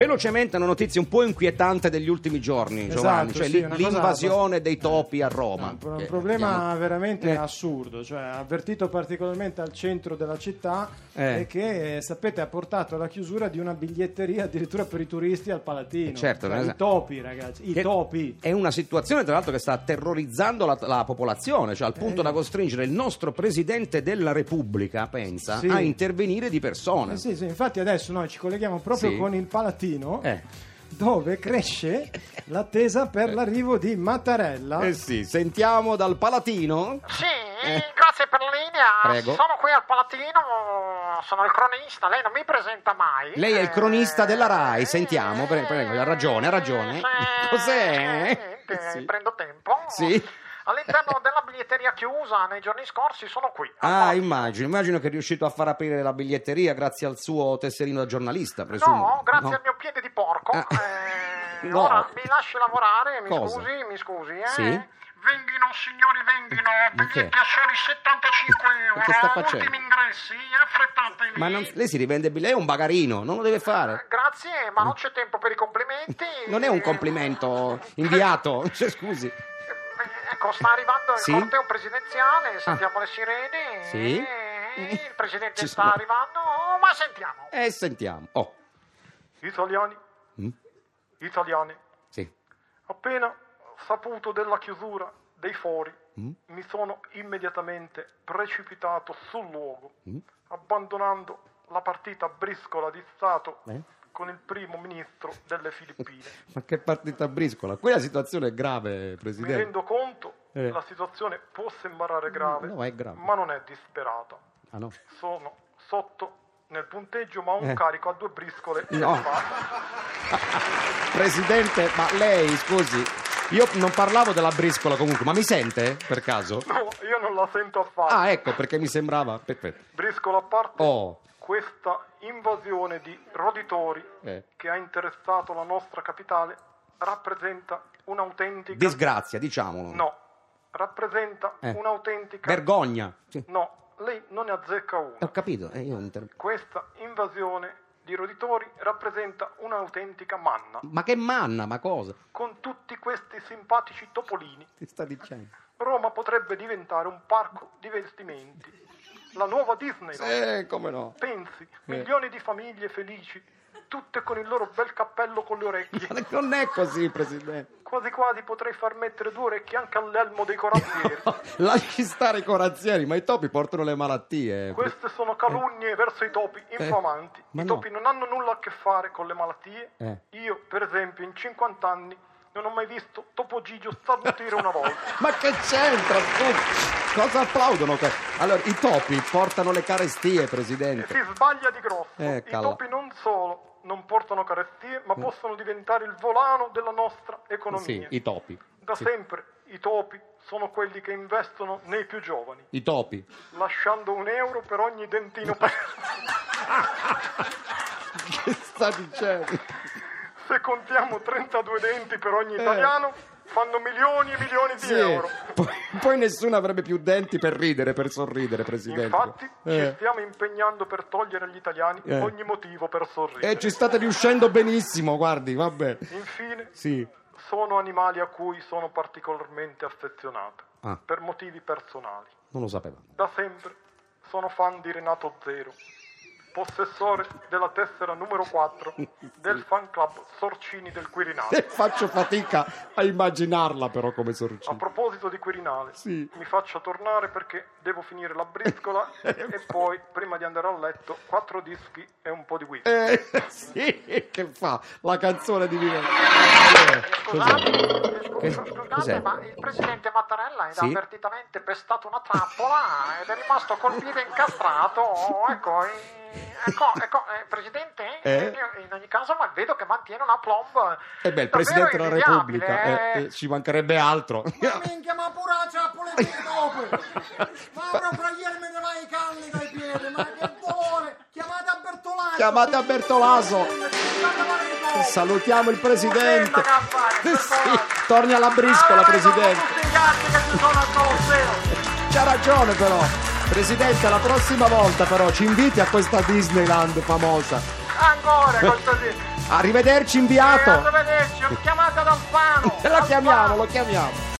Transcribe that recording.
Velocemente una notizia un po' inquietante degli ultimi giorni, Giovanni, cioè l'invasione dei topi a Roma. Un problema veramente assurdo, cioè avvertito particolarmente al centro della città e che, sapete, ha portato alla chiusura di una biglietteria addirittura per i turisti al Palatino. Certo, cioè, i topi, ragazzi, i topi. È una situazione, tra l'altro, che sta terrorizzando la popolazione, cioè al punto da costringere il nostro Presidente della Repubblica, pensa, a intervenire di persona. Sì, infatti adesso noi ci colleghiamo proprio con il Palatino. Dove cresce l'attesa per l'arrivo di Mattarella. Sentiamo dal Palatino. Sì, grazie per la linea. Prego. Sono qui al Palatino, sono il cronista, lei non mi presenta mai. Lei è il cronista della RAI, sentiamo, prego, ha ragione. Cos'è? Prendo tempo. Sì. All'interno della biglietteria chiusa nei giorni scorsi sono qui. Immagino che è riuscito a far aprire la biglietteria grazie al suo tesserino da giornalista, presumo. No, grazie al mio piede di porco. Ora mi lasci lavorare, mi scusi. Sì? Venghino, signori, biglietti a soli 75 euro. Che sta facendo? Ultimi ingressi, affrettatevi. Ma lei si rivende, lei è un bagarino, non lo deve fare. Grazie, ma non c'è tempo per i complimenti. Non è un complimento inviato, scusi. Ecco, sta arrivando il corteo presidenziale, sentiamo le sirene. Sì. Il presidente sta arrivando, ma sentiamo. Sentiamo. Italiani. Sì. Appena saputo della chiusura dei fori, mi sono immediatamente precipitato sul luogo, abbandonando la partita a briscola di Stato con il primo ministro delle Filippine. Ma che partita a briscola? Quella situazione è grave, Presidente. Mi rendo conto, la situazione può sembrare grave, è grave, ma non è disperata. No. Sono sotto nel punteggio, ma ho un carico a 2 briscole. No. Presidente, ma lei, scusi, io non parlavo della briscola comunque, ma mi sente per caso? No, io non la sento affatto. Ecco, perché mi sembrava... Perfetto. Briscola a parte, questa invasione di roditori che ha interessato la nostra capitale rappresenta un'autentica... disgrazia, diciamolo. No, rappresenta un'autentica... vergogna. Sì. No, lei non ne azzecca una. Ho capito. Questa invasione di roditori rappresenta un'autentica manna. Ma che manna? Ma cosa? Con tutti questi simpatici topolini. Ti sta dicendo? Roma potrebbe diventare un parco di vestimenti. La nuova Disneyland. Come no? Pensi, milioni di famiglie felici, tutte con il loro bel cappello con le orecchie. Ma non è così, Presidente. Quasi potrei far mettere 2 orecchie anche all'elmo dei corazzieri. Lasci stare i corazzieri, ma i topi portano le malattie. Queste sono calunnie verso i topi infamanti. I topi non hanno nulla a che fare con le malattie. Io, per esempio, in 50 anni non ho mai visto Topo Gigio starnutire una volta. Ma che c'entra? Cosa applaudono? Allora, i topi portano le carestie, Presidente. Si sbaglia di grosso. I topi non solo non portano carestie, ma possono diventare il volano della nostra economia. Sì, i topi. Da sempre i topi sono quelli che investono nei più giovani. I topi. Lasciando €1 per ogni dentino perso. Che sta dicendo? Se contiamo 32 denti per ogni italiano, fanno milioni e milioni di euro. Poi nessuno avrebbe più denti per ridere, per sorridere, Presidente. Infatti ci stiamo impegnando per togliere agli italiani ogni motivo per sorridere. E ci state riuscendo benissimo, guardi, vabbè. Infine, sono animali a cui sono particolarmente affezionato, per motivi personali. Non lo sapevo. Da sempre sono fan di Renato Zero, possessore della tessera numero 4 del fan club Sorcini del Quirinale. Faccio fatica a immaginarla però come Sorcini. A proposito di Quirinale, mi faccia tornare perché devo finire la briscola e poi, prima di andare a letto, 4 dischi e un po' di whisky. Sì, che fa? La canzone di Vivaldi. Scusate, ma il presidente Mattarella è avvertitamente pestato una trappola ed è rimasto col piede incastrato. Ecco, Presidente, in ogni caso ma vedo che mantiene una plomb. Il Presidente della Repubblica, ci mancherebbe altro. Ma minchia, ma pure la trappola di dopo. Ma proprio ieri me ne vai i calli dai piedi, ma che vuole? Chiamate a Bertolaso. Salutiamo il Presidente. Torni alla briscola, Presidente. C'ha ragione però. Presidente, la prossima volta però ci inviti a questa Disneyland famosa. Ancora, Arrivederci inviato. Arrivederci, ho chiamato ad Alfano. Lo chiamiamo.